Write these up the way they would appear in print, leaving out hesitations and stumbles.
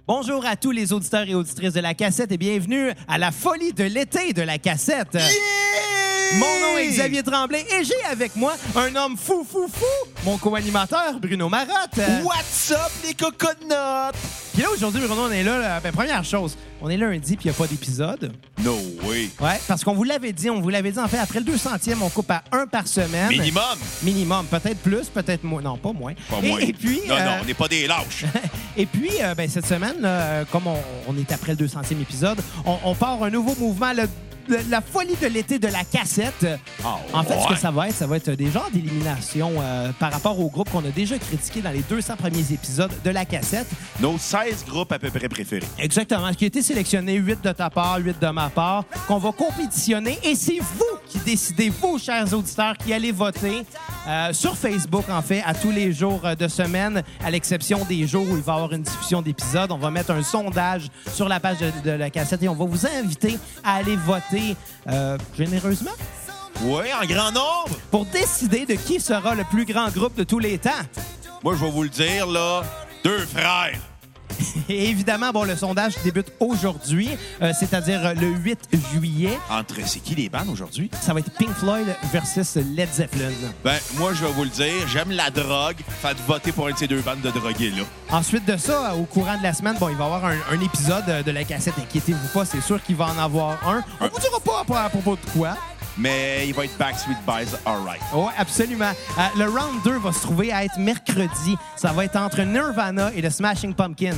Bonjour à tous les auditeurs et auditrices de La Cassette et bienvenue à la folie de l'été de La Cassette. Yeah! Mon nom est Xavier Tremblay et j'ai avec moi un homme fou, mon co-animateur Bruno Marotte. What's up, les coconuts? Puis là, aujourd'hui, Bruno, on est là. Première chose, on est lundi puis il n'y a pas d'épisode. No way. Ouais, parce qu'on vous l'avait dit, en fait, après le 200e, on coupe à un par semaine. Minimum. Peut-être plus, peut-être moins. Non, pas moins. Pas moins. Et puis... Non, on n'est pas des lâches. Et puis, cette semaine, comme on est après le 200e épisode, on part un nouveau mouvement, la folie de l'été de La Cassette. En fait, ce que ça va être des genres d'élimination par rapport aux groupes qu'on a déjà critiqués dans les 200 premiers épisodes de La Cassette. Nos 16 groupes à peu près préférés. Exactement. Ce qui a été sélectionné, 8 de ta part, 8 de ma part, qu'on va compétitionner. Et c'est vous qui décidez, vous, chers auditeurs, qui allez voter sur Facebook, en fait, à tous les jours de semaine, à l'exception des jours où il va y avoir une diffusion d'épisodes. On va mettre un sondage sur la page de La Cassette et on va vous inviter à aller voter généreusement. Oui, en grand nombre. Pour décider de qui sera le plus grand groupe de tous les temps. Moi, je vais vous le dire, là, 2 frères. Et évidemment, le sondage débute aujourd'hui, c'est-à-dire le 8 juillet. C'est qui les bandes aujourd'hui? Ça va être Pink Floyd versus Led Zeppelin. Moi, je vais vous le dire, j'aime la drogue. Faites voter pour une de ces 2 bandes de drogués-là. Ensuite de ça, au courant de la semaine, il va y avoir un épisode de La Cassette. Inquiétez-vous pas, c'est sûr qu'il va en avoir un. On vous dira pas à propos de quoi. Mais il va être Backstreet Boys, all right. Oui, absolument. Le round 2 va se trouver à être mercredi. Ça va être entre Nirvana et le Smashing Pumpkins.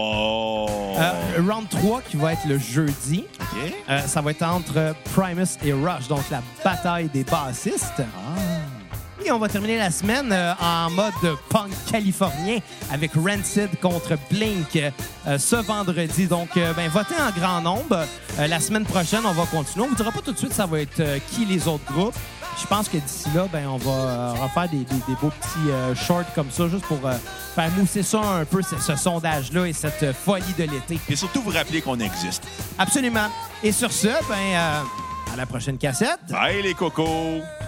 Round 3 qui va être le jeudi. OK. Ça va être entre Primus et Rush, donc la bataille des bassistes. Et on va terminer la semaine en mode punk californien avec Rancid contre Blink ce vendredi. Donc, votez en grand nombre. La semaine prochaine, on va continuer. On ne vous dira pas tout de suite ça va être qui les autres groupes. Je pense que d'ici là, on va refaire des beaux petits shorts comme ça, juste pour faire mousser ça un peu, ce sondage-là et cette folie de l'été. Et surtout, vous rappeler qu'on existe. Absolument. Et sur ce, à la prochaine cassette. Bye, les cocos!